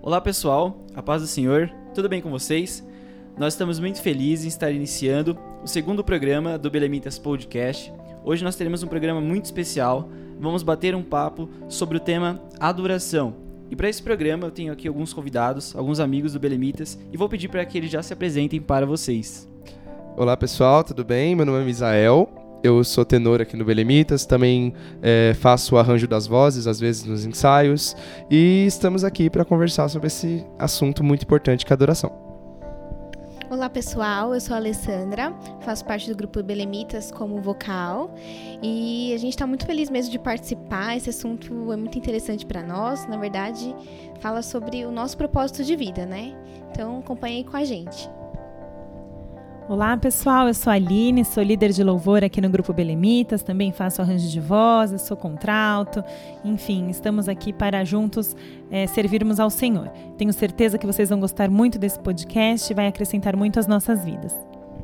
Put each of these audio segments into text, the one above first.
Olá pessoal, a paz do Senhor, tudo bem com vocês? Nós estamos muito felizes em estar iniciando o segundo programa do Belemitas Podcast. Hoje nós teremos um programa muito especial, vamos bater um papo sobre o tema adoração. E para esse programa eu tenho aqui alguns convidados, alguns amigos do Belemitas, e vou pedir para que eles já se apresentem para vocês. Olá pessoal, tudo bem? Meu nome é Misael, eu sou tenor aqui no Belemitas, também faço o arranjo das vozes, às vezes nos ensaios, e estamos aqui para conversar sobre esse assunto muito importante que é a adoração. Olá pessoal, eu sou a Alessandra, faço parte do grupo Belemitas como vocal e a gente está muito feliz mesmo de participar. Esse assunto é muito interessante para nós, na verdade fala sobre o nosso propósito de vida, né? Então acompanhe aí com a gente. Olá pessoal, eu sou a Aline, sou líder de louvor aqui no Grupo Belemitas, também faço arranjo de vozes, sou contralto, enfim, estamos aqui para juntos servirmos ao Senhor. Tenho certeza que vocês vão gostar muito desse podcast e vai acrescentar muito às nossas vidas.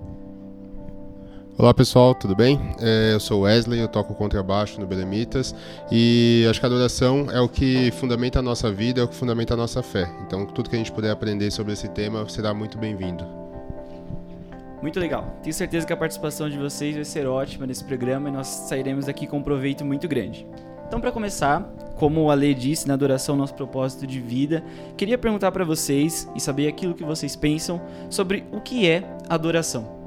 Olá pessoal, tudo bem? Eu sou Wesley, eu toco contrabaixo no Belemitas e acho que a adoração é o que fundamenta a nossa vida, é o que fundamenta a nossa fé. Então tudo que a gente puder aprender sobre esse tema será muito bem-vindo. Muito legal. Tenho certeza que a participação de vocês vai ser ótima nesse programa e nós sairemos daqui com um proveito muito grande. Então, para começar, como a Lê disse, na adoração, nosso propósito de vida, queria perguntar para vocês e saber aquilo que vocês pensam sobre o que é adoração.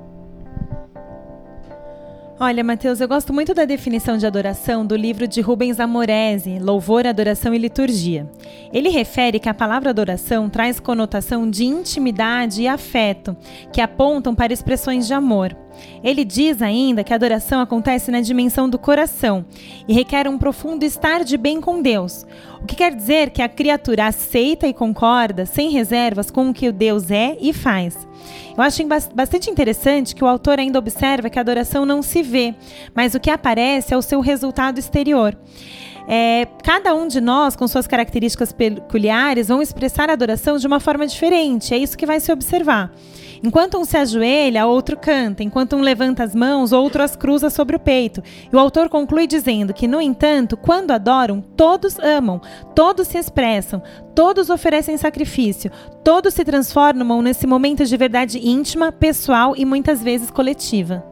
Olha, Matheus, eu gosto muito da definição de adoração do livro de Rubens Amoresi, Louvor, Adoração e Liturgia. Ele refere que a palavra adoração traz conotação de intimidade e afeto, que apontam para expressões de amor. Ele diz ainda que a adoração acontece na dimensão do coração e requer um profundo estar de bem com Deus, o que quer dizer que a criatura aceita e concorda sem reservas com o que o Deus é e faz. Eu acho bastante interessante que o autor ainda observa que a adoração não se vê, mas o que aparece é o seu resultado exterior. Cada um de nós, com suas características peculiares, vão expressar a adoração de uma forma diferente, é isso que vai se observar. Enquanto um se ajoelha, outro canta. Enquanto um levanta as mãos, outro as cruza sobre o peito. E o autor conclui dizendo que, no entanto, quando adoram, todos amam, todos se expressam, todos oferecem sacrifício, todos se transformam nesse momento de verdade íntima, pessoal e muitas vezes coletiva.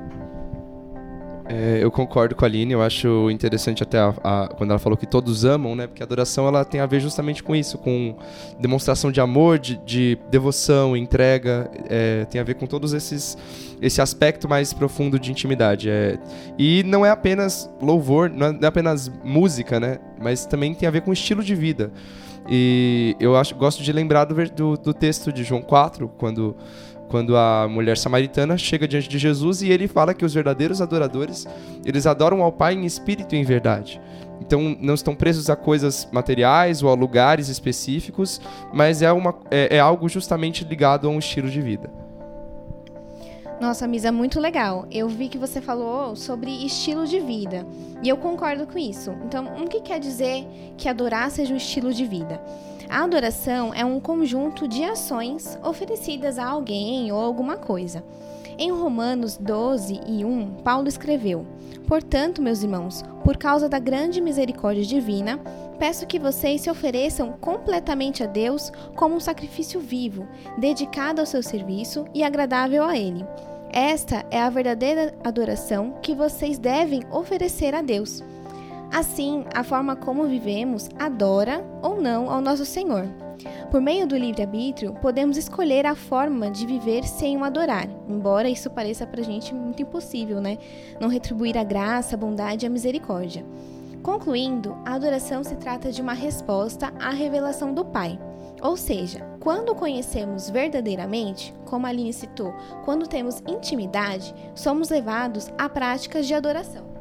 Eu concordo com a Aline, eu acho interessante até quando ela falou que todos amam, né? Porque a adoração ela tem a ver justamente com isso, com demonstração de amor, de devoção, entrega, tem a ver com todos esse aspecto mais profundo de intimidade. E não é apenas louvor, não é apenas música, né? Mas também tem a ver com estilo de vida. E eu gosto de lembrar do texto de João 4, quando a mulher samaritana chega diante de Jesus e ele fala que os verdadeiros adoradores, eles adoram ao Pai em espírito e em verdade. Então não estão presos a coisas materiais ou a lugares específicos, mas é algo justamente ligado a um estilo de vida. Nossa, Misa, muito legal. Eu vi que você falou sobre estilo de vida e eu concordo com isso. Então, o que quer dizer que adorar seja um estilo de vida? A adoração é um conjunto de ações oferecidas a alguém ou alguma coisa. Em Romanos 12:1, Paulo escreveu: "Portanto, meus irmãos, por causa da grande misericórdia divina, peço que vocês se ofereçam completamente a Deus como um sacrifício vivo, dedicado ao seu serviço e agradável a Ele. Esta é a verdadeira adoração que vocês devem oferecer a Deus." Assim, a forma como vivemos adora ou não ao nosso Senhor. Por meio do livre-arbítrio, podemos escolher a forma de viver sem o adorar, embora isso pareça pra gente muito impossível, né? Não retribuir a graça, a bondade e a misericórdia. Concluindo, a adoração se trata de uma resposta à revelação do Pai. Ou seja, quando o conhecemos verdadeiramente, como a Aline citou, quando temos intimidade, somos levados a práticas de adoração.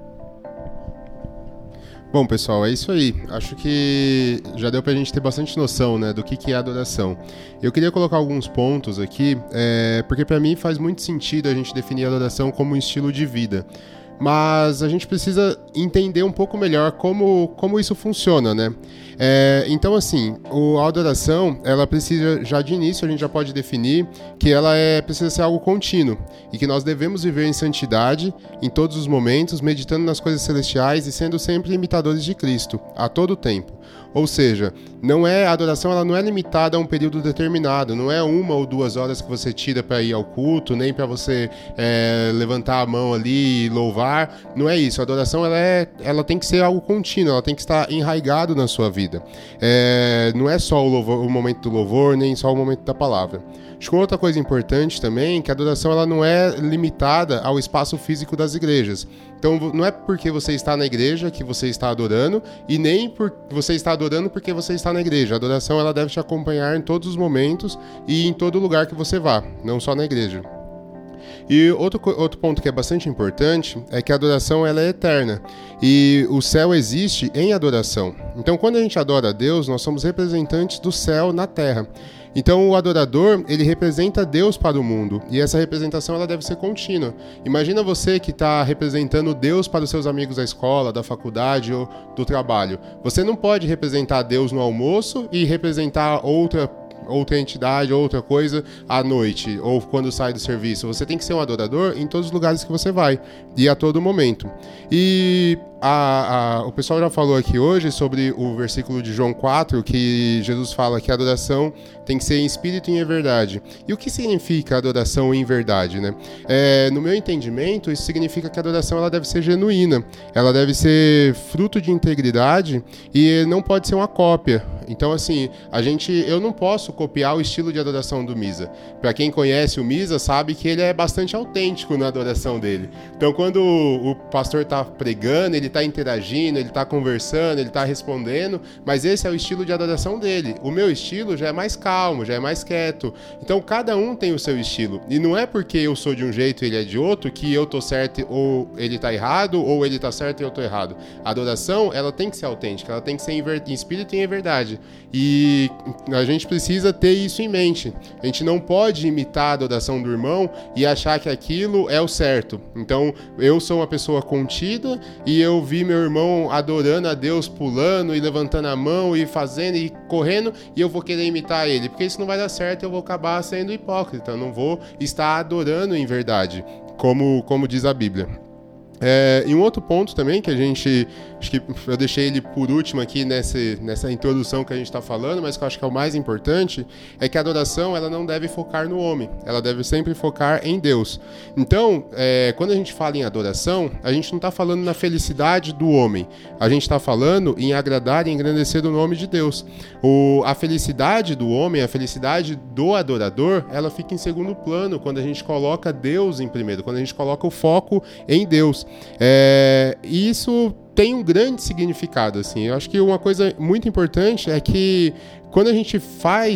Bom, pessoal, é isso aí. Acho que já deu pra gente ter bastante noção, né, do que é adoração. Eu queria colocar alguns pontos aqui, porque pra mim faz muito sentido a gente definir a adoração como um estilo de vida. Mas a gente precisa entender um pouco melhor como isso funciona, né? Então, assim, a adoração, ela precisa, já de início, a gente já pode definir que ela precisa ser algo contínuo e que nós devemos viver em santidade em todos os momentos, meditando nas coisas celestiais e sendo sempre imitadores de Cristo, a todo tempo. Ou seja, a adoração ela não é limitada a um período determinado, não é 1 ou 2 horas que você tira para ir ao culto, nem para você levantar a mão ali e louvar, não é isso. A adoração ela tem que ser algo contínuo, ela tem que estar enraizado na sua vida. Não é só o momento do louvor, nem só o momento da palavra. Acho que outra coisa importante também é que a adoração ela não é limitada ao espaço físico das igrejas. Então, não é porque você está na igreja que você está adorando, e nem porque você está adorando porque você está na igreja. A adoração ela deve te acompanhar em todos os momentos e em todo lugar que você vá, não só na igreja. E outro ponto que é bastante importante é que a adoração ela é eterna e o céu existe em adoração. Então, quando a gente adora a Deus, nós somos representantes do céu na terra. Então, o adorador, ele representa Deus para o mundo, e essa representação ela deve ser contínua. Imagina você que está representando Deus para os seus amigos da escola, da faculdade ou do trabalho. Você não pode representar Deus no almoço e representar outra entidade, outra coisa à noite ou quando sai do serviço. Você tem que ser um adorador em todos os lugares que você vai e a todo momento. E o pessoal já falou aqui hoje sobre o versículo de João 4, que Jesus fala que a adoração tem que ser em espírito e em verdade. E o que significa adoração em verdade, né? No meu entendimento, isso significa que a adoração ela deve ser genuína, ela deve ser fruto de integridade e não pode ser uma cópia. Então, assim, eu não posso copiar o estilo de adoração do Misa. Para quem conhece o Misa, sabe que ele é bastante autêntico na adoração dele. Então, quando o pastor está pregando, ele está interagindo, ele está conversando, ele está respondendo, mas esse é o estilo de adoração dele. O meu estilo já é mais calmo, já é mais quieto. Então, cada um tem o seu estilo. E não é porque eu sou de um jeito e ele é de outro que eu tô certo ou ele tá errado, ou ele tá certo e eu tô errado. A adoração, ela tem que ser autêntica, ela tem que ser em espírito e em verdade. E a gente precisa ter isso em mente. A gente não pode imitar a adoração do irmão e achar que aquilo é o certo. Então, eu sou uma pessoa contida e eu vi meu irmão adorando a Deus, pulando e levantando a mão e fazendo e correndo, e eu vou querer imitar ele, porque isso não vai dar certo, eu vou acabar sendo hipócrita, eu não vou estar adorando em verdade, como diz a Bíblia. E um outro ponto também que acho que eu deixei ele por último aqui nessa introdução que a gente está falando, mas que eu acho que é o mais importante, é que a adoração ela não deve focar no homem, ela deve sempre focar em Deus. Então, quando a gente fala em adoração, a gente não está falando na felicidade do homem, a gente está falando em agradar e engrandecer o nome de Deus. A felicidade do homem, a felicidade do adorador, ela fica em segundo plano quando a gente coloca Deus em primeiro, quando a gente coloca o foco em Deus. E isso tem um grande significado, assim. Eu acho que uma coisa muito importante é que quando a gente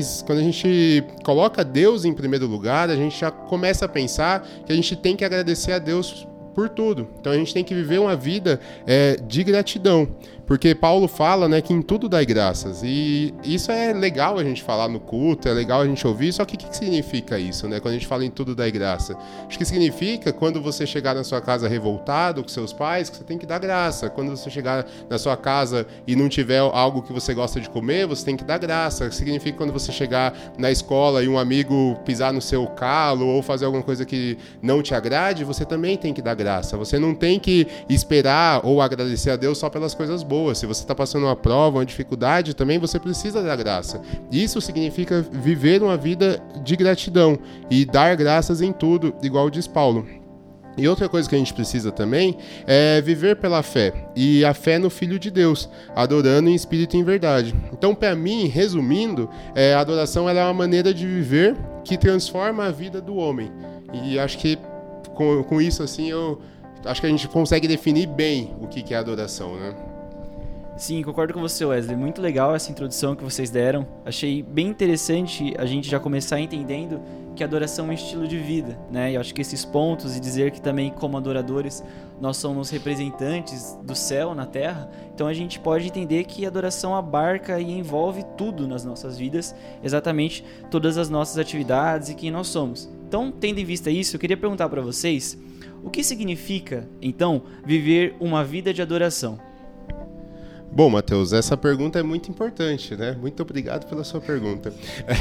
coloca Deus em primeiro lugar, a gente já começa a pensar que a gente tem que agradecer a Deus por tudo. Então a gente tem que viver uma vida de gratidão. Porque Paulo fala, né, que em tudo dai graças. E isso é legal a gente falar no culto, é legal a gente ouvir. Só que o que significa isso, né? Quando a gente fala em tudo dai graça. Acho que significa quando você chegar na sua casa revoltado com seus pais, que você tem que dar graça. Quando você chegar na sua casa e não tiver algo que você gosta de comer, você tem que dar graça. Significa quando você chegar na escola e um amigo pisar no seu calo ou fazer alguma coisa que não te agrade, você também tem que dar graça. Você não tem que esperar ou agradecer a Deus só pelas coisas boas. Se você está passando uma prova, uma dificuldade, também você precisa dar graça. Isso significa viver uma vida de gratidão e dar graças em tudo, igual diz Paulo. E outra coisa que a gente precisa também é viver pela fé, e a fé no Filho de Deus, adorando em espírito e em verdade. Então, para mim, resumindo, a adoração ela é uma maneira de viver que transforma a vida do homem. E acho que com isso, assim, eu acho que a gente consegue definir bem o que é adoração, né? Sim, concordo com você, Wesley. Muito legal essa introdução que vocês deram. Achei bem interessante a gente já começar entendendo que a adoração é um estilo de vida, né? E eu acho que esses pontos e dizer que também, como adoradores, nós somos representantes do céu na terra, então a gente pode entender que a adoração abarca e envolve tudo nas nossas vidas, exatamente todas as nossas atividades e quem nós somos. Então, tendo em vista isso, eu queria perguntar para vocês, o que significa, então, viver uma vida de adoração? Bom, Matheus, essa pergunta é muito importante, né? Muito obrigado pela sua pergunta.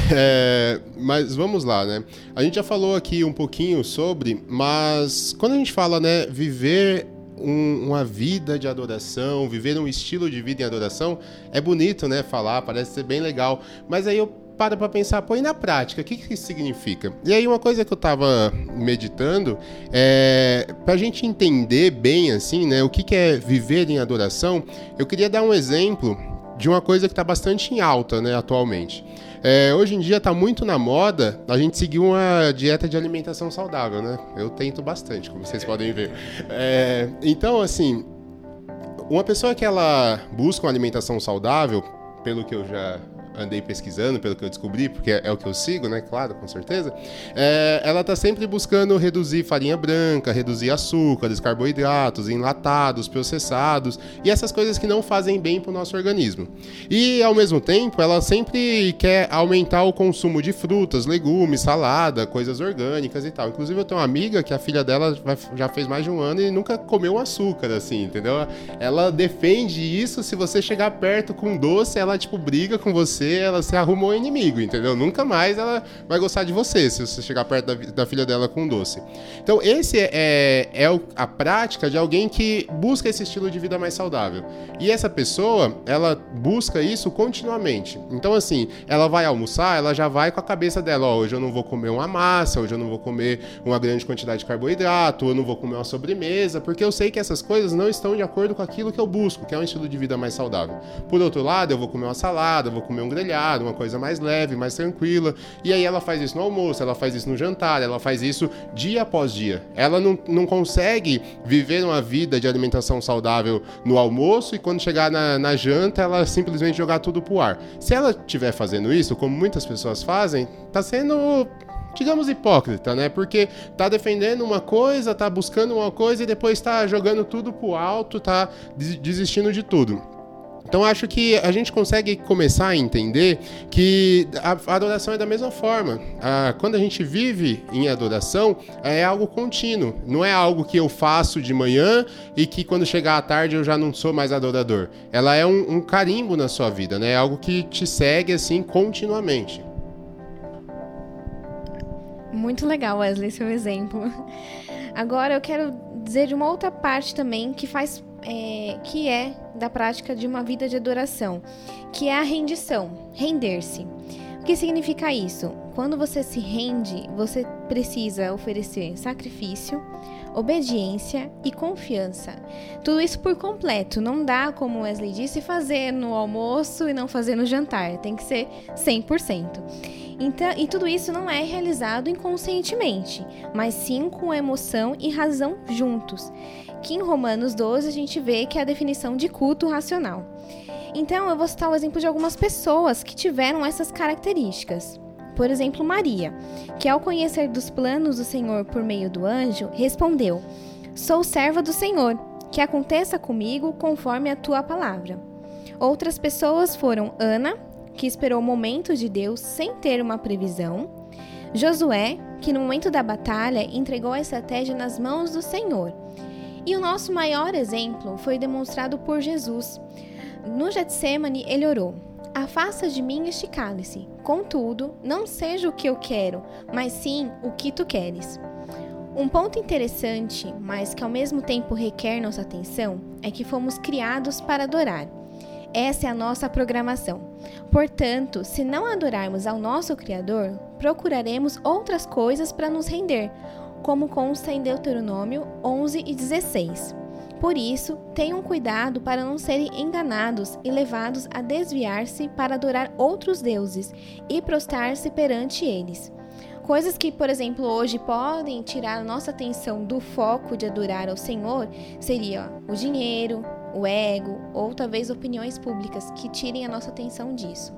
Mas vamos lá, né? A gente já falou aqui um pouquinho sobre, mas quando a gente fala, né, viver uma vida de adoração, viver um estilo de vida em adoração, é bonito, né? Falar, parece ser bem legal. Mas aí eu paro para pensar, pô, e na prática, o que isso significa? E aí uma coisa que eu estava meditando para a gente entender bem, assim, né? O que é viver em adoração, eu queria dar um exemplo de uma coisa que está bastante em alta, né, atualmente. Hoje em dia está muito na moda a gente seguir uma dieta de alimentação saudável, né? Eu tento bastante, como vocês podem ver. Então, assim, uma pessoa que ela busca uma alimentação saudável, pelo que eu já andei pesquisando, pelo que eu descobri, porque é o que eu sigo, né? Claro, com certeza. Ela está sempre buscando reduzir farinha branca, reduzir açúcares, carboidratos, enlatados, processados e essas coisas que não fazem bem para o nosso organismo. E, ao mesmo tempo, ela sempre quer aumentar o consumo de frutas, legumes, salada, coisas orgânicas e tal. Inclusive, eu tenho uma amiga que a filha dela já fez mais de um ano e nunca comeu um açúcar, assim, entendeu? Ela defende isso, se você chegar perto com doce, ela, tipo, briga com você, ela se arrumou inimigo, entendeu? Nunca mais ela vai gostar de você se você chegar perto da filha dela com doce. Então, esse é a prática de alguém que busca esse estilo de vida mais saudável. E essa pessoa, ela busca isso continuamente. Então, assim, ela vai almoçar, ela já vai com a cabeça dela, ó, hoje eu não vou comer uma massa, hoje eu não vou comer uma grande quantidade de carboidrato, eu não vou comer uma sobremesa, porque eu sei que essas coisas não estão de acordo com aquilo que eu busco, que é um estilo de vida mais saudável. Por outro lado, eu vou comer uma salada, eu vou comer um grelhado, uma coisa mais leve, mais tranquila, e aí ela faz isso no almoço, ela faz isso no jantar, ela faz isso dia após dia. Ela não consegue viver uma vida de alimentação saudável no almoço e quando chegar na janta, ela simplesmente jogar tudo pro ar. Se ela estiver fazendo isso, como muitas pessoas fazem, tá sendo, digamos, hipócrita, né? Porque tá defendendo uma coisa, tá buscando uma coisa e depois tá jogando tudo pro alto, tá desistindo de tudo. Então, acho que a gente consegue começar a entender que a adoração é da mesma forma. Quando a gente vive em adoração, é algo contínuo. Não é algo que eu faço de manhã e que quando chegar à tarde eu já não sou mais adorador. Ela é um carimbo na sua vida, né? É algo que te segue assim continuamente. Muito legal, Wesley, seu exemplo. Agora eu quero dizer de uma outra parte também que é da prática de uma vida de adoração, que é a rendição, render-se. O que significa isso? Quando você se rende, você precisa oferecer sacrifício, obediência e confiança. Tudo isso por completo. Não dá, como Wesley disse, fazer no almoço e não fazer no jantar. Tem que ser 100%. Então, e tudo isso não é realizado inconscientemente, mas sim com emoção e razão juntos. Que em Romanos 12 a gente vê que é a definição de culto racional. Então eu vou citar o exemplo de algumas pessoas que tiveram essas características. Por exemplo, Maria, que ao conhecer dos planos do Senhor por meio do anjo, respondeu: "Sou serva do Senhor, que aconteça comigo conforme a tua palavra." Outras pessoas foram Ana, que esperou momentos de Deus sem ter uma previsão; Josué, que no momento da batalha entregou a estratégia nas mãos do Senhor. E o nosso maior exemplo foi demonstrado por Jesus. No Getsêmani, ele orou: "Afasta de mim este cálice. Contudo, não seja o que eu quero, mas sim o que tu queres." Um ponto interessante, mas que ao mesmo tempo requer nossa atenção, é que fomos criados para adorar. Essa é a nossa programação. Portanto, se não adorarmos ao nosso Criador, procuraremos outras coisas para nos render, como consta em Deuteronômio 11 e 16. Por isso, tenham cuidado para não serem enganados e levados a desviar-se para adorar outros deuses e prostrar-se perante eles. Coisas que, por exemplo, hoje podem tirar a nossa atenção do foco de adorar ao Senhor seria o dinheiro, o ego ou talvez opiniões públicas que tirem a nossa atenção disso.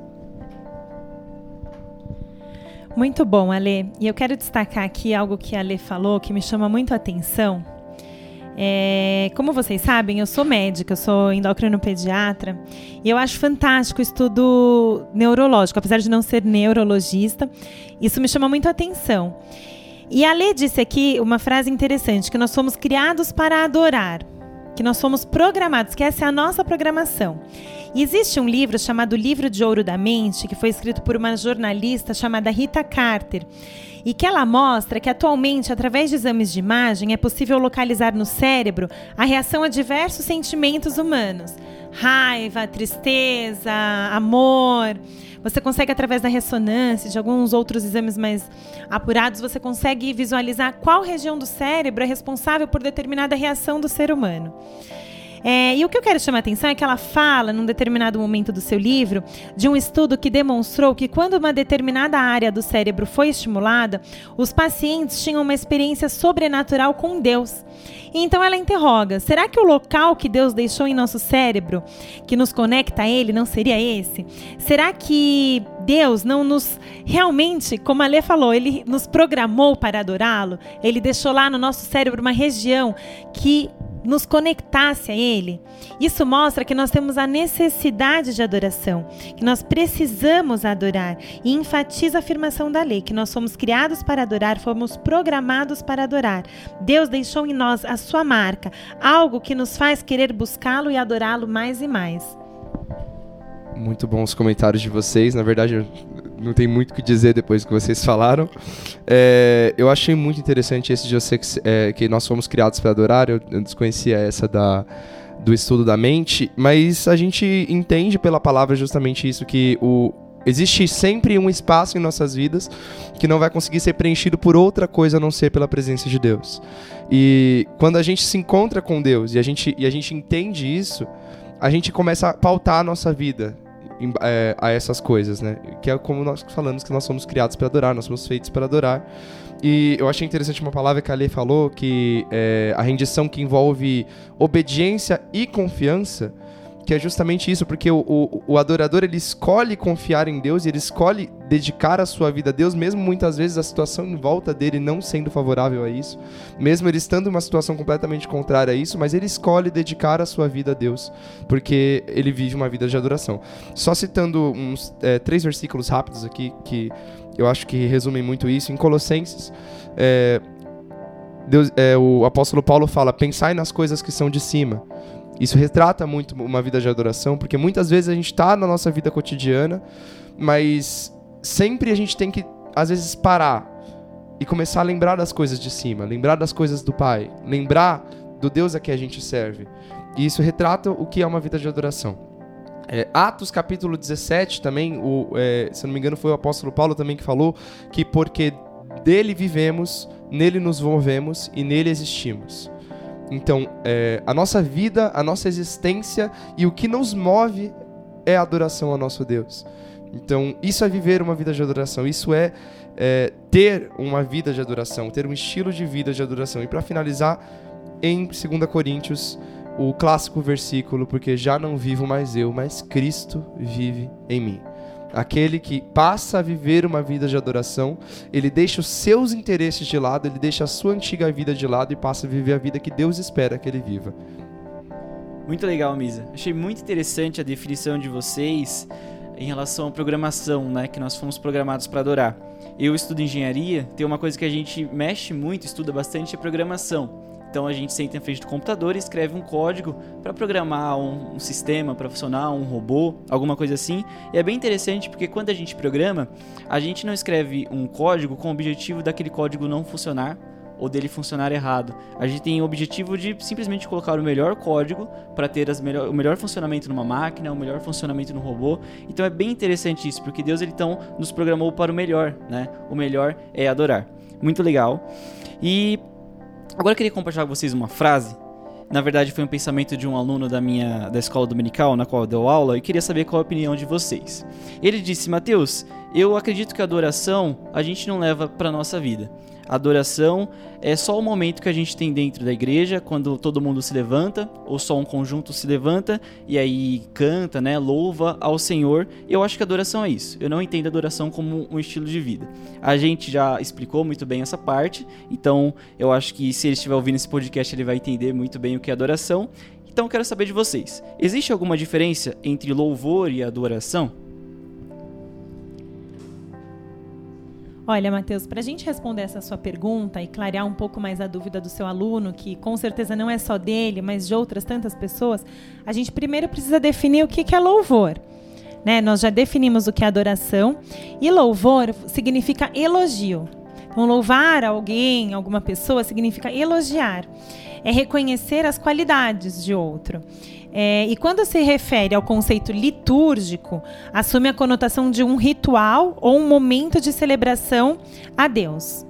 Muito bom, Ale. E eu quero destacar aqui algo que a Ale falou que me chama muito a atenção. Como vocês sabem, eu sou médica, eu sou endocrinopediatra e eu acho fantástico o estudo neurológico, apesar de não ser neurologista, isso me chama muito a atenção. E a Ale disse aqui uma frase interessante, que nós somos criados para adorar, que nós somos programados, que essa é a nossa programação. E existe um livro chamado Livro de Ouro da Mente, que foi escrito por uma jornalista chamada Rita Carter. e que ela mostra que atualmente, através de exames de imagem, é possível localizar no cérebro a reação a diversos sentimentos humanos. Raiva, tristeza, amor. Você consegue, através da ressonância, de alguns outros exames mais apurados, você consegue visualizar qual região do cérebro é responsável por determinada reação do ser humano. E o que eu quero chamar a atenção é que ela fala, num determinado momento do seu livro, de um estudo que demonstrou que quando uma determinada área do cérebro foi estimulada, os pacientes tinham uma experiência sobrenatural com Deus. E então ela interroga, será que o local que Deus deixou em nosso cérebro, que nos conecta a Ele, não seria esse? Será que Deus não nos, realmente, como a Lê falou, Ele nos programou para adorá-lo? Ele deixou lá no nosso cérebro uma região que nos conectasse a Ele? Isso mostra que nós temos a necessidade de adoração, que nós precisamos adorar, e enfatiza a afirmação da lei, que nós somos criados para adorar, fomos programados para adorar. Deus deixou em nós a sua marca, algo que nos faz querer buscá-lo e adorá-lo mais e mais. Muito bons comentários de vocês. Na verdade, não tem muito o que dizer depois que vocês falaram. Eu achei muito interessante esse de você que nós fomos criados para adorar. Eu desconhecia essa do estudo da mente, mas a gente entende pela palavra justamente isso, que existe sempre um espaço em nossas vidas que não vai conseguir ser preenchido por outra coisa a não ser pela presença de Deus. E quando a gente se encontra com Deus e a gente entende isso, a gente começa a pautar a nossa vida a essas coisas, né? Que é como nós falamos, que nós somos criados para adorar, nós somos feitos para adorar. E eu achei interessante uma palavra que a Lê falou, que é a rendição que envolve obediência e confiança, que é justamente isso, porque o adorador, ele escolhe confiar em Deus e ele escolhe dedicar a sua vida a Deus, mesmo muitas vezes a situação em volta dele não sendo favorável a isso, mesmo ele estando em uma situação completamente contrária a isso, mas ele escolhe dedicar a sua vida a Deus, porque ele vive uma vida de adoração. Só citando uns 3 versículos rápidos aqui, que eu acho que resumem muito isso. Em Colossenses, o apóstolo Paulo fala: pensai nas coisas que são de cima. Isso retrata muito uma vida de adoração, porque muitas vezes a gente está na nossa vida cotidiana, mas sempre a gente tem que, às vezes, parar e começar a lembrar das coisas de cima, lembrar das coisas do Pai, lembrar do Deus a quem a gente serve. E isso retrata o que é uma vida de adoração. Atos capítulo 17 também, se não me engano foi o apóstolo Paulo também que falou que porque dele vivemos, nele nos movemos e nele existimos. Então, a nossa vida, a nossa existência e o que nos move é a adoração ao nosso Deus. Então, isso é viver uma vida de adoração, isso é ter uma vida de adoração, ter um estilo de vida de adoração. E para finalizar, em 2 Coríntios, o clássico versículo, porque já não vivo mais eu, mas Cristo vive em mim. Aquele que passa a viver uma vida de adoração, ele deixa os seus interesses de lado, ele deixa a sua antiga vida de lado e passa a viver a vida que Deus espera que ele viva. Muito legal, Misa. Achei muito interessante a definição de vocês em relação à programação, né? Que nós fomos programados para adorar. Eu estudo engenharia, tem uma coisa que a gente mexe muito, estuda bastante, é programação. Então a gente senta em frente do computador e escreve um código para programar um sistema para funcionar, um robô, alguma coisa assim. E é bem interessante porque quando a gente programa, a gente não escreve um código com o objetivo daquele código não funcionar ou dele funcionar errado. A gente tem o objetivo de simplesmente colocar o melhor código para ter o melhor funcionamento numa máquina, o melhor funcionamento no robô. Então é bem interessante isso, porque Deus ele então nos programou para o melhor, né? O melhor é adorar. Muito legal. E agora eu queria compartilhar com vocês uma frase. Na verdade foi um pensamento de um aluno da escola dominical, na qual eu dou aula, e queria saber qual a opinião de vocês. Ele disse: Mateus, eu acredito que a adoração a gente não leva para a nossa vida. A adoração é só o momento que a gente tem dentro da igreja, quando todo mundo se levanta, ou só um conjunto se levanta, e aí canta, né, louva ao Senhor. Eu acho que a adoração é isso. Eu não entendo a adoração como um estilo de vida. A gente já explicou muito bem essa parte, então eu acho que se ele estiver ouvindo esse podcast, ele vai entender muito bem o que é adoração. Então eu quero saber de vocês. Existe alguma diferença entre louvor e adoração? Olha, Mateus, para a gente responder essa sua pergunta e clarear um pouco mais a dúvida do seu aluno, que com certeza não é só dele, mas de outras tantas pessoas, a gente primeiro precisa definir o que é louvor. Né? Nós já definimos o que é adoração, e louvor significa elogio. Então, louvar alguém, alguma pessoa, significa elogiar. É reconhecer as qualidades de outro. E quando se refere ao conceito litúrgico, assume a conotação de um ritual ou um momento de celebração a Deus.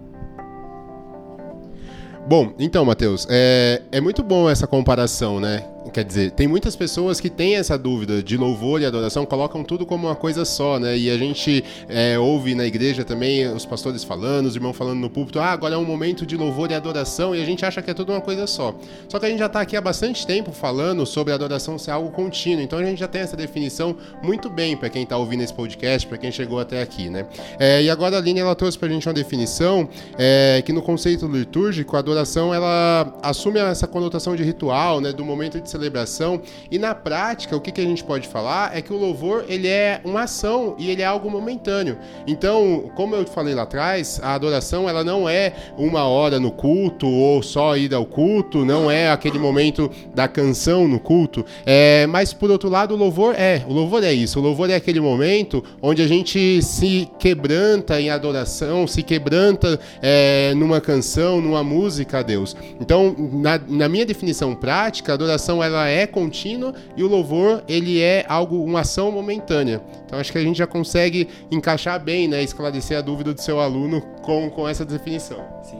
Bom, então, Matheus, é muito bom essa comparação, né? Quer dizer, tem muitas pessoas que têm essa dúvida de louvor e adoração, colocam tudo como uma coisa só, né? E a gente ouve na igreja também os pastores falando, os irmãos falando no púlpito, agora é um momento de louvor e adoração, e a gente acha que é tudo uma coisa só. Só que a gente já está aqui há bastante tempo falando sobre a adoração ser algo contínuo, então a gente já tem essa definição muito bem para quem está ouvindo esse podcast, para quem chegou até aqui, né? E agora a Aline, ela trouxe para a gente uma definição que no conceito litúrgico, a adoração, ela assume essa conotação de ritual, né? Do momento de celebração, e na prática o que a gente pode falar é que o louvor ele é uma ação e ele é algo momentâneo. Então, como eu falei lá atrás, a adoração ela não é uma hora no culto ou só ir ao culto, não é aquele momento da canção no culto, mas por outro lado o louvor é isso, o louvor é aquele momento onde a gente se quebranta em adoração, se quebranta numa canção, numa música a Deus. Então, na minha definição prática, a adoração ela é contínua e o louvor ele é uma ação momentânea. Então acho que a gente já consegue encaixar bem, né, esclarecer a dúvida do seu aluno com essa definição. Sim.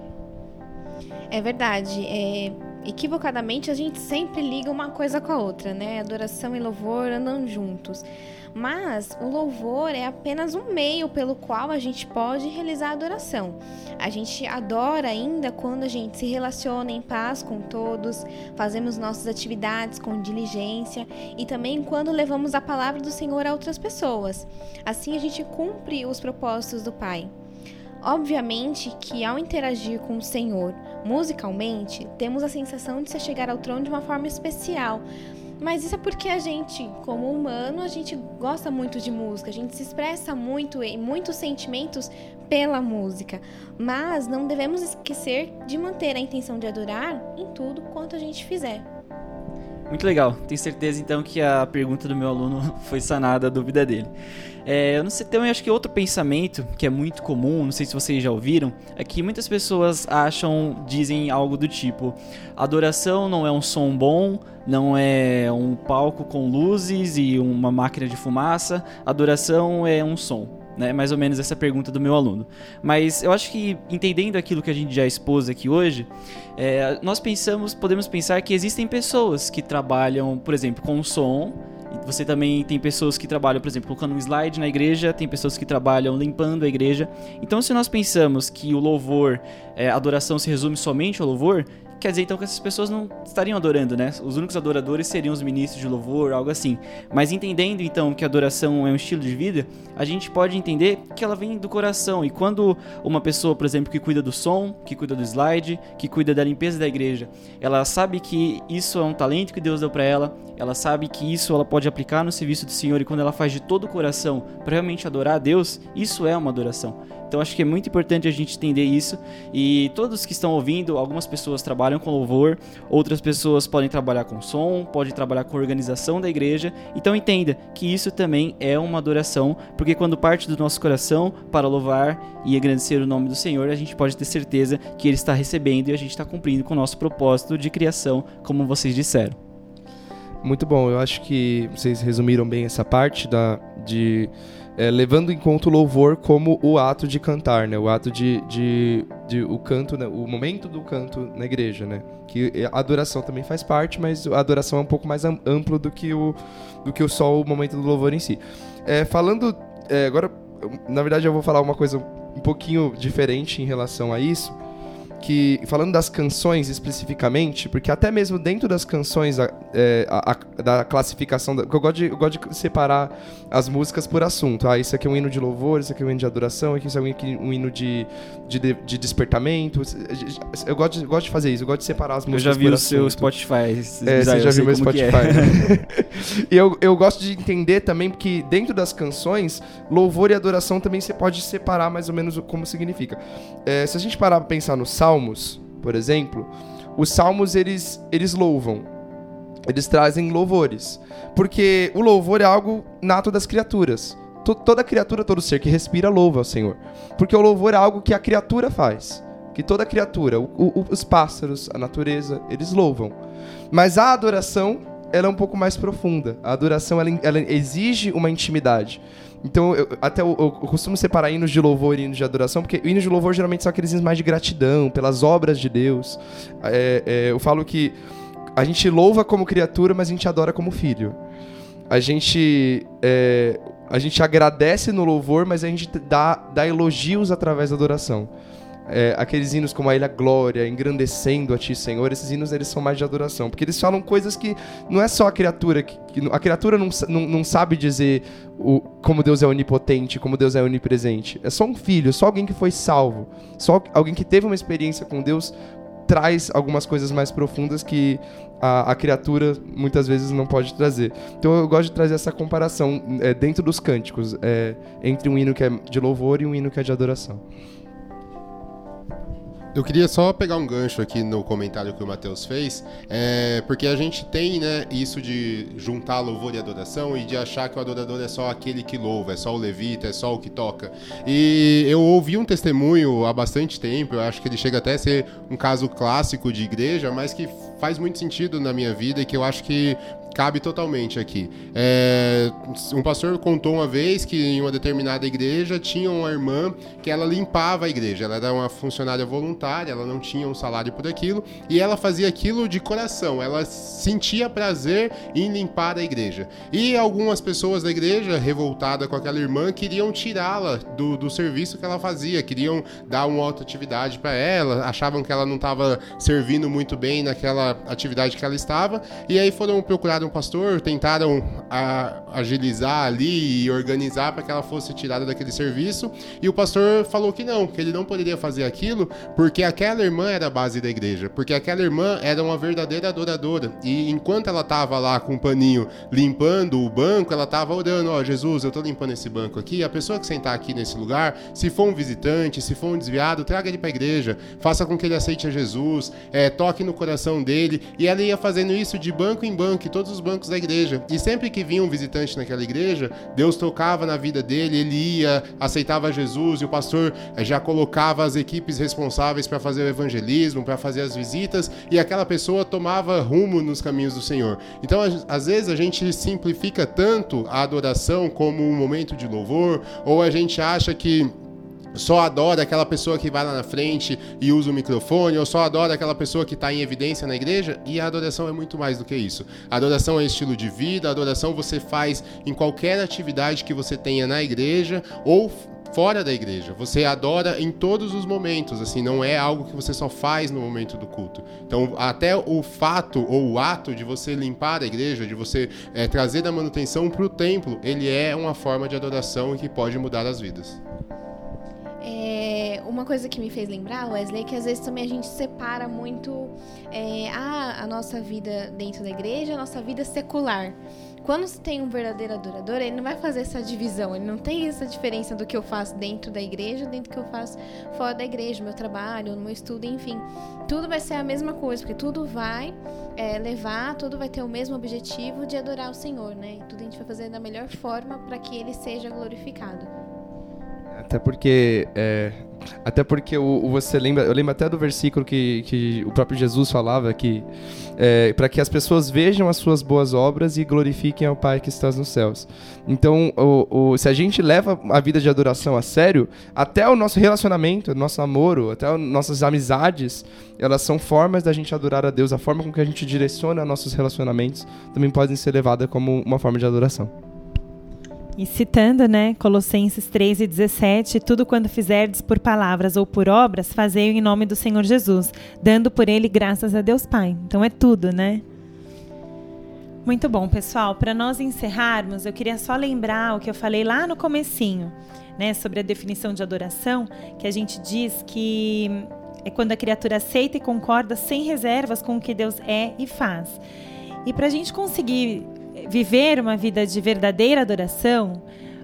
É verdade. Equivocadamente a gente sempre liga uma coisa com a outra, né? Adoração e louvor andam juntos. Mas o louvor é apenas um meio pelo qual a gente pode realizar a adoração. A gente adora ainda quando a gente se relaciona em paz com todos, fazemos nossas atividades com diligência e também quando levamos a palavra do Senhor a outras pessoas. Assim a gente cumpre os propósitos do Pai. Obviamente que ao interagir com o Senhor musicalmente, temos a sensação de se chegar ao trono de uma forma especial. Mas isso é porque a gente, como humano, a gente gosta muito de música, a gente se expressa muito em muitos sentimentos pela música. Mas não devemos esquecer de manter a intenção de adorar em tudo quanto a gente fizer. Muito legal. Tenho certeza, então, que a pergunta do meu aluno foi sanada, a dúvida dele. Eu não sei, também acho que outro pensamento que é muito comum, não sei se vocês já ouviram, é que muitas pessoas dizem algo do tipo: adoração não é um som bom, não é um palco com luzes e uma máquina de fumaça, adoração é um som. Né, mais ou menos essa pergunta do meu aluno. Mas eu acho que, entendendo aquilo que a gente já expôs aqui hoje, nós podemos pensar que existem pessoas que trabalham, por exemplo, com som. Você também tem pessoas que trabalham, por exemplo, colocando um slide na igreja, tem pessoas que trabalham limpando a igreja. Então, se nós pensamos que o louvor, a adoração se resume somente ao louvor, quer dizer então que essas pessoas não estariam adorando, né? Os únicos adoradores seriam os ministros de louvor, algo assim. Mas entendendo então que a adoração é um estilo de vida, a gente pode entender que ela vem do coração. E quando uma pessoa, por exemplo, que cuida do som, que cuida do slide, que cuida da limpeza da igreja, ela sabe que isso é um talento que Deus deu para ela sabe que isso ela pode aplicar no serviço do Senhor, e quando ela faz de todo o coração para realmente adorar a Deus, isso é uma adoração. Então acho que é muito importante a gente entender isso, e todos que estão ouvindo, algumas pessoas trabalham com louvor, outras pessoas podem trabalhar com som, podem trabalhar com organização da igreja, então entenda que isso também é uma adoração, porque quando parte do nosso coração para louvar e agradecer o nome do Senhor, a gente pode ter certeza que Ele está recebendo e a gente está cumprindo com o nosso propósito de criação, como vocês disseram. Muito bom, eu acho que vocês resumiram bem essa parte levando em conta o louvor como o ato de cantar, né? O ato o canto, né? O momento do canto na igreja, né? Que a adoração também faz parte, mas a adoração é um pouco mais amplo do que só o momento do louvor em si. Agora, na verdade eu vou falar uma coisa um pouquinho diferente em relação a isso, que, falando das canções especificamente, porque até mesmo dentro das canções da classificação, eu gosto de separar as músicas por assunto. Isso aqui é um hino de louvor, isso aqui é um hino de adoração, isso aqui é um hino de despertamento. Eu gosto de fazer isso, eu gosto de separar as músicas por assunto. Eu já vi o seu Spotify. Você já viu meu Spotify. Né? E eu gosto de entender também que dentro das canções, louvor e adoração também você pode separar mais ou menos como significa. Se a gente parar pra pensar no Salmos, por exemplo, os Salmos eles louvam, eles trazem louvores, porque o louvor é algo nato das criaturas. toda criatura, todo ser que respira louva ao Senhor. Porque o louvor é algo que a criatura faz. Que toda criatura, os pássaros, a natureza, eles louvam. Mas a adoração, ela é um pouco mais profunda. A adoração, ela exige uma intimidade. Então, eu costumo separar hinos de louvor e hinos de adoração, porque hinos de louvor geralmente são aqueles hinos mais de gratidão, pelas obras de Deus. Eu falo que a gente louva como criatura, mas a gente adora como filho. A gente agradece no louvor, mas a gente dá elogios através da adoração. Aqueles hinos como a Ele a Glória, engrandecendo a Ti, Senhor, esses hinos eles são mais de adoração, porque eles falam coisas que não é só a criatura, a criatura não sabe dizer como Deus é onipotente, como Deus é onipresente. É só um filho, só alguém que foi salvo, só alguém que teve uma experiência com Deus traz algumas coisas mais profundas que a criatura muitas vezes não pode trazer. Então eu gosto de trazer essa comparação dentro dos cânticos, entre um hino que é de louvor e um hino que é de adoração. Eu queria só pegar um gancho aqui no comentário que o Matheus fez, porque a gente tem, né, isso de juntar louvor e adoração e de achar que o adorador é só aquele que louva, é só o levita, é só o que toca. E eu ouvi um testemunho há bastante tempo, eu acho que ele chega até a ser um caso clássico de igreja, mas que faz muito sentido na minha vida e que eu acho que cabe totalmente aqui. Um pastor contou uma vez que em uma determinada igreja tinha uma irmã que ela limpava a igreja. Ela era uma funcionária voluntária, ela não tinha um salário por aquilo e ela fazia aquilo de coração. Ela sentia prazer em limpar a igreja. E algumas pessoas da igreja, revoltadas com aquela irmã, queriam tirá-la do serviço que ela fazia, queriam dar uma outra atividade para ela, achavam que ela não estava servindo muito bem naquela atividade que ela estava, e aí foram procurar um pastor, tentaram agilizar ali e organizar para que ela fosse tirada daquele serviço, e o pastor falou que ele não poderia fazer aquilo porque aquela irmã era a base da igreja, porque aquela irmã era uma verdadeira adoradora, e enquanto ela estava lá com um paninho limpando o banco, ela estava orando: Jesus, eu estou limpando esse banco aqui, a pessoa que sentar aqui nesse lugar, se for um visitante, se for um desviado, traga ele para a igreja, faça com que ele aceite a Jesus, toque no coração dele. E ela ia fazendo isso de banco em banco, em todos os bancos da igreja. E sempre que vinha um visitante naquela igreja, Deus tocava na vida dele, ele ia, aceitava Jesus, e o pastor já colocava as equipes responsáveis para fazer o evangelismo, para fazer as visitas, e aquela pessoa tomava rumo nos caminhos do Senhor. Então, às vezes, a gente simplifica tanto a adoração como um momento de louvor, ou a gente acha que só adora aquela pessoa que vai lá na frente e usa o microfone, ou só adora aquela pessoa que está em evidência na igreja, e a adoração é muito mais do que isso. A adoração é estilo de vida, a adoração você faz em qualquer atividade que você tenha na igreja ou fora da igreja. Você adora em todos os momentos, assim, não é algo que você só faz no momento do culto. Então, até o fato ou o ato de você limpar a igreja, de você trazer a manutenção para o templo, ele é uma forma de adoração e que pode mudar as vidas. Uma coisa que me fez lembrar, Wesley, é que às vezes também a gente separa muito a nossa vida dentro da igreja, a nossa vida secular. Quando você tem um verdadeiro adorador, ele não vai fazer essa divisão, ele não tem essa diferença do que eu faço dentro da igreja, dentro do que eu faço fora da igreja, meu trabalho, no meu estudo, enfim. Tudo vai ser a mesma coisa, porque tudo vai tudo vai ter o mesmo objetivo de adorar o Senhor, né? E tudo a gente vai fazer da melhor forma para que ele seja glorificado. Até porque você lembra, eu lembro até do versículo que o próprio Jesus falava que para que as pessoas vejam as suas boas obras e glorifiquem ao Pai que está nos céus. Então, se a gente leva a vida de adoração a sério, até o nosso relacionamento, o nosso namoro, até as nossas amizades, elas são formas da gente adorar a Deus. A forma com que a gente direciona nossos relacionamentos também podem ser levada como uma forma de adoração. E citando, Colossenses 3:17, tudo quanto fizerdes por palavras ou por obras, fazei-o em nome do Senhor Jesus, dando por ele graças a Deus Pai. Então é tudo, Muito bom, pessoal. Para nós encerrarmos, eu queria só lembrar o que eu falei lá no comecinho, sobre a definição de adoração, que a gente diz que é quando a criatura aceita e concorda sem reservas com o que Deus é e faz. E para a gente conseguir viver uma vida de verdadeira adoração,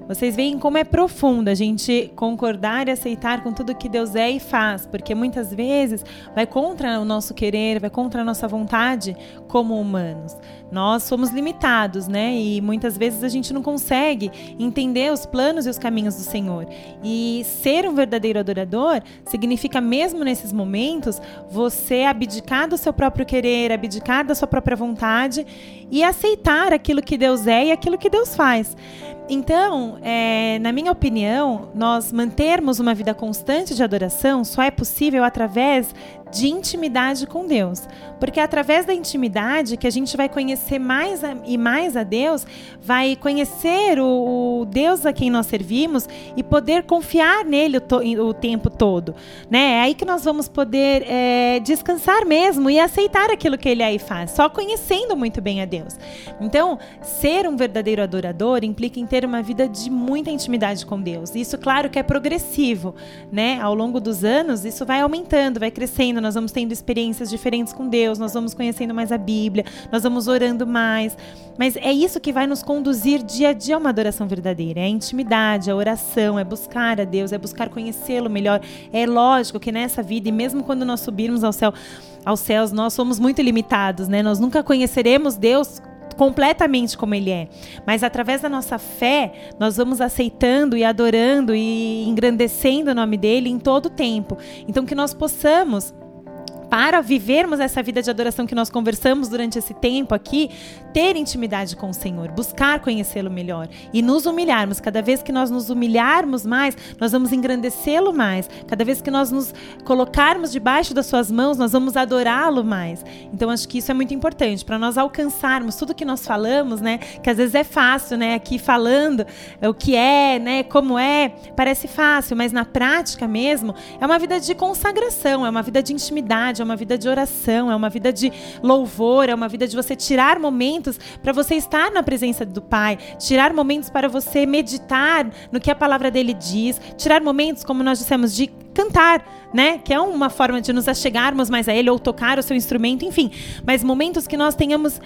Vocês veem como é profundo a gente concordar e aceitar com tudo que Deus é e faz, porque muitas vezes vai contra o nosso querer, vai contra a nossa vontade como humanos. Nós somos limitados, né? E muitas vezes a gente não consegue entender os planos e os caminhos do Senhor. E ser um verdadeiro adorador significa, mesmo nesses momentos, você abdicar do seu próprio querer, abdicar da sua própria vontade e aceitar aquilo que Deus é e aquilo que Deus faz. Então, na minha opinião, nós mantermos uma vida constante de adoração só é possível através de intimidade com Deus. Porque é através da intimidade que a gente vai conhecer mais e mais a Deus, vai conhecer o Deus a quem nós servimos e poder confiar nele o tempo todo. Né? É aí que nós vamos poder descansar mesmo e aceitar aquilo que ele aí faz, só conhecendo muito bem a Deus. Então, ser um verdadeiro adorador implica em ter uma vida de muita intimidade com Deus. Isso, claro, que é progressivo, né? Ao longo dos anos, isso vai aumentando, vai crescendo, nós vamos tendo experiências diferentes com Deus, nós vamos conhecendo mais a Bíblia, nós vamos orando mais. Mas é isso que vai nos conduzir dia a dia a uma adoração verdadeira. É a intimidade, a oração, é buscar a Deus, é buscar conhecê-lo melhor. É lógico que nessa vida, e mesmo quando nós subirmos aos céus, nós somos muito limitados, né? Nós nunca conheceremos Deus completamente como ele é, mas através da nossa fé nós vamos aceitando e adorando e engrandecendo o nome dele em todo o tempo. Então que nós possamos, para vivermos essa vida de adoração que nós conversamos durante esse tempo aqui, ter intimidade com o Senhor, buscar conhecê-lo melhor e nos humilharmos. Cada vez que nós nos humilharmos mais, nós vamos engrandecê-lo mais. Cada vez que nós nos colocarmos debaixo das suas mãos, nós vamos adorá-lo mais. Então, acho que isso é muito importante para nós alcançarmos tudo que nós falamos, né? Que às vezes é fácil, né? Aqui falando o que é, né? Como é, parece fácil, mas na prática mesmo, é uma vida de consagração, é uma vida de intimidade, é uma vida de oração, é uma vida de louvor, é uma vida de você tirar momentos para você estar na presença do Pai, tirar momentos para você meditar no que a palavra dele diz, tirar momentos, como nós dissemos, de cantar, né? Que é uma forma de nos achegarmos mais a ele, ou tocar o seu instrumento, enfim. Mas momentos que nós tenhamos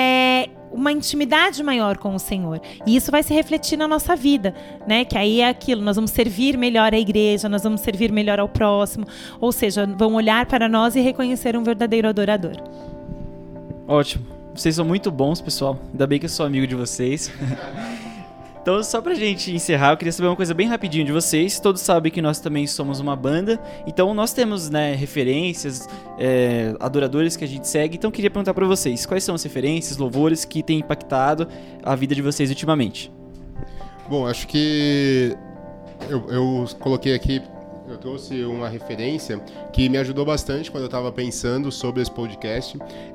uma intimidade maior com o Senhor. E isso vai se refletir na nossa vida, né? Que aí é aquilo, nós vamos servir melhor a igreja, nós vamos servir melhor ao próximo. Ou seja, vão olhar para nós e reconhecer um verdadeiro adorador. Ótimo. Vocês são muito bons, pessoal. Ainda bem que eu sou amigo de vocês. Então, só pra gente encerrar, eu queria saber uma coisa bem rapidinho de vocês. Todos sabem que nós também somos uma banda, então nós temos, né, referências, adoradores que a gente segue. Então, eu queria perguntar pra vocês, quais são as referências, louvores que têm impactado a vida de vocês ultimamente? Bom, acho que eu coloquei aqui, eu trouxe uma referência que me ajudou bastante quando eu estava pensando sobre esse podcast.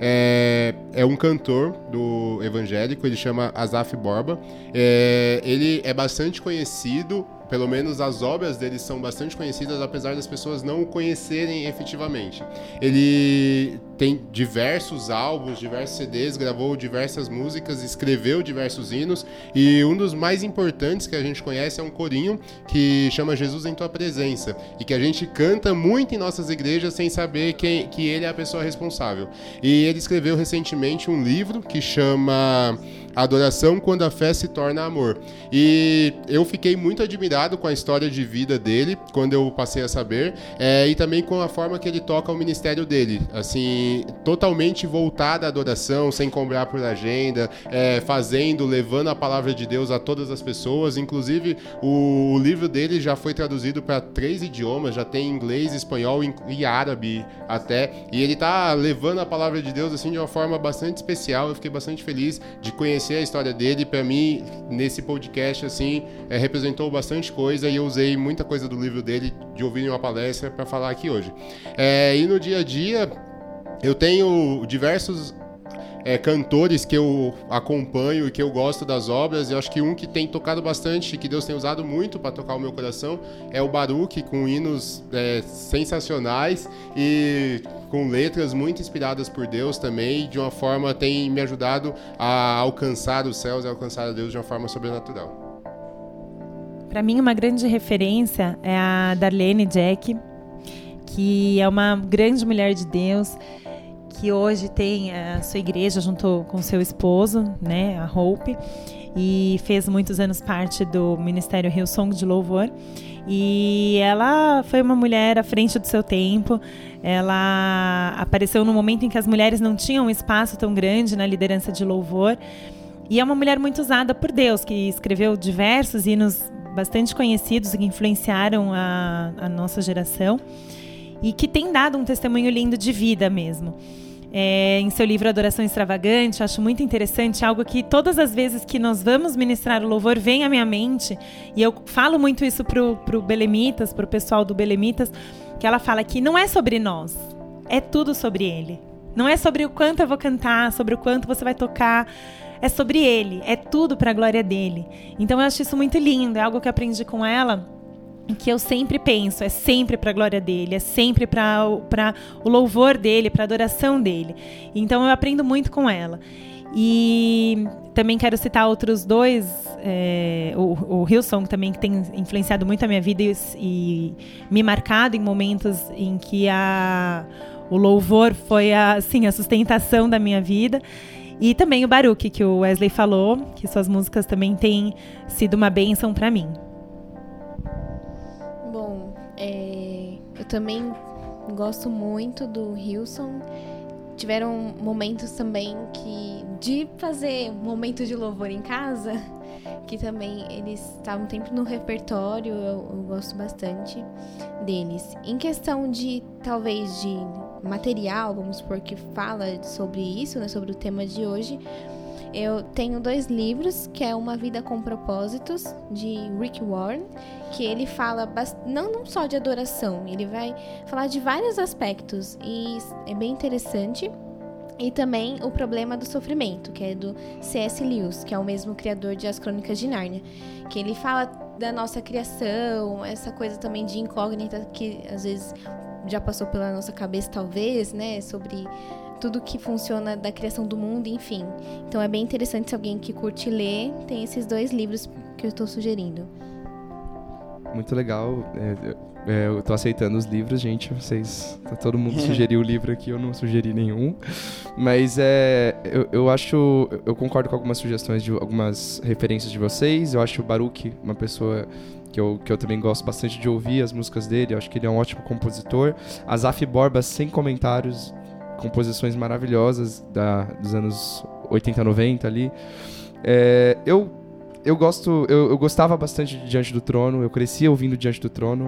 É um cantor do evangélico, ele chama Asaf Borba. Ele é bastante conhecido, pelo menos as obras dele são bastante conhecidas, apesar das pessoas não o conhecerem efetivamente. Ele tem diversos álbuns, diversos CDs, gravou diversas músicas, escreveu diversos hinos, e um dos mais importantes que a gente conhece é um corinho que chama Jesus em Tua Presença, e que a gente canta muito em nossas igrejas sem saber que ele é a pessoa responsável. E ele escreveu recentemente um livro que chama Adoração quando a fé se torna amor. E eu fiquei muito admirado com a história de vida dele, quando eu passei a saber, e também com a forma que ele toca o ministério dele, assim, totalmente voltada à adoração, sem cobrar por agenda, levando a palavra de Deus a todas as pessoas. Inclusive, o livro dele já foi traduzido para 3 idiomas, já tem inglês, espanhol e árabe até, e ele tá levando a palavra de Deus assim de uma forma bastante especial. Eu fiquei bastante feliz de conhecer a história dele. Para mim, nesse podcast, assim, representou bastante coisa, e eu usei muita coisa do livro dele, de ouvir em uma palestra, para falar aqui hoje. E no dia a dia, eu tenho diversos cantores que eu acompanho e que eu gosto das obras, e eu acho que um que tem tocado bastante, que Deus tem usado muito para tocar o meu coração, é o Baruch, com hinos sensacionais e com letras muito inspiradas por Deus também, de uma forma tem me ajudado a alcançar os céus e alcançar a Deus de uma forma sobrenatural. Para mim, uma grande referência é a Darlene Jack, que é uma grande mulher de Deus, que hoje tem a sua igreja junto com seu esposo, né, a Hope. e fez muitos anos parte do Ministério Hillsong de Louvor. E ela foi uma mulher à frente do seu tempo. Ela apareceu no momento em que as mulheres não tinham um espaço tão grande na liderança de louvor. E é uma mulher muito usada por Deus, que escreveu diversos hinos bastante conhecidos que influenciaram a nossa geração e que tem dado um testemunho lindo de vida mesmo. Em seu livro Adoração Extravagante, acho muito interessante, algo que todas as vezes que nós vamos ministrar o louvor vem à minha mente, e eu falo muito isso pro Belemitas, pro pessoal do Belemitas, que ela fala que não é sobre nós, é tudo sobre Ele. Não é sobre o quanto eu vou cantar, sobre o quanto você vai tocar, é sobre Ele, é tudo para a glória dEle. Então eu acho isso muito lindo, é algo que eu aprendi com ela, que eu sempre penso, é sempre para a glória dEle, é sempre para o louvor dEle, para a adoração dEle. Então eu aprendo muito com ela. E também quero citar outros dois, o Hillsong também, que tem influenciado muito a minha vida e me marcado em momentos em que o louvor foi a sustentação da minha vida. E também o Baruch, que o Wesley falou, que suas músicas também têm sido uma bênção para mim. Bom, eu também gosto muito do Hillsong. Tiveram momentos também de fazer momento de louvor em casa, que também eles estavam sempre no repertório, eu gosto bastante deles. Em questão de, talvez, de material, vamos supor, que fala sobre isso, né, sobre o tema de hoje, eu tenho 2 livros, que é Uma Vida com Propósitos, de Rick Warren, que ele fala não só de adoração, ele vai falar de vários aspectos, e é bem interessante. E também O Problema do Sofrimento, que é do C.S. Lewis, que é o mesmo criador de As Crônicas de Nárnia, que ele fala da nossa criação, essa coisa também de incógnita que às vezes já passou pela nossa cabeça, talvez, né, sobre tudo que funciona da criação do mundo, enfim. Então é bem interessante, se alguém que curte ler, tem esses 2 livros que eu estou sugerindo. Muito legal. Eu tô aceitando os livros, gente. Todo mundo sugeriu o livro aqui, eu não sugeri nenhum. Mas eu concordo com algumas sugestões de algumas referências de vocês. Eu acho o Baruch uma pessoa que eu também gosto bastante de ouvir as músicas dele. Eu acho que ele é um ótimo compositor. Asaf Borba, sem comentários, composições maravilhosas dos anos 80, 90 ali. Eu gostava bastante de Diante do Trono, eu cresci ouvindo Diante do Trono,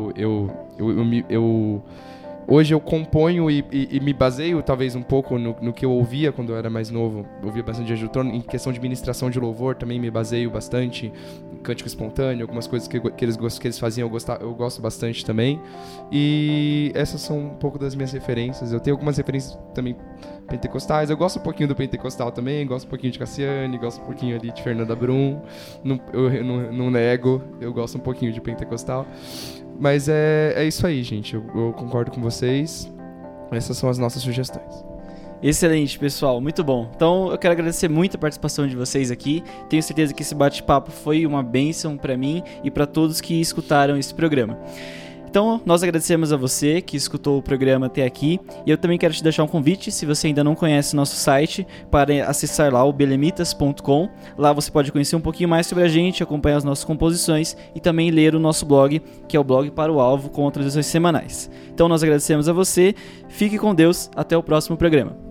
hoje eu componho e me baseio talvez um pouco no que eu ouvia quando eu era mais novo. Eu ouvia bastante Diante do Trono, em questão de ministração de louvor também me baseio bastante, cântico espontâneo, algumas coisas que eles faziam eu gosto bastante também. E essas são um pouco das minhas referências. Eu tenho algumas referências também pentecostais, eu gosto um pouquinho do pentecostal também, gosto um pouquinho de Cassiane, gosto um pouquinho ali de Fernanda Brum, eu não nego, eu gosto um pouquinho de pentecostal. Mas é isso aí, gente. Eu concordo com vocês. Essas são as nossas sugestões. Excelente, pessoal. Muito bom. Então, eu quero agradecer muito a participação de vocês aqui. Tenho certeza que esse bate-papo foi uma bênção para mim e para todos que escutaram esse programa. Então, nós agradecemos a você que escutou o programa até aqui, e eu também quero te deixar um convite, se você ainda não conhece o nosso site, para acessar lá o belemitas.com. Lá você pode conhecer um pouquinho mais sobre a gente, acompanhar as nossas composições e também ler o nosso blog, que é o Blog para o Alvo, com atualizações semanais. Então, nós agradecemos a você, fique com Deus, até o próximo programa.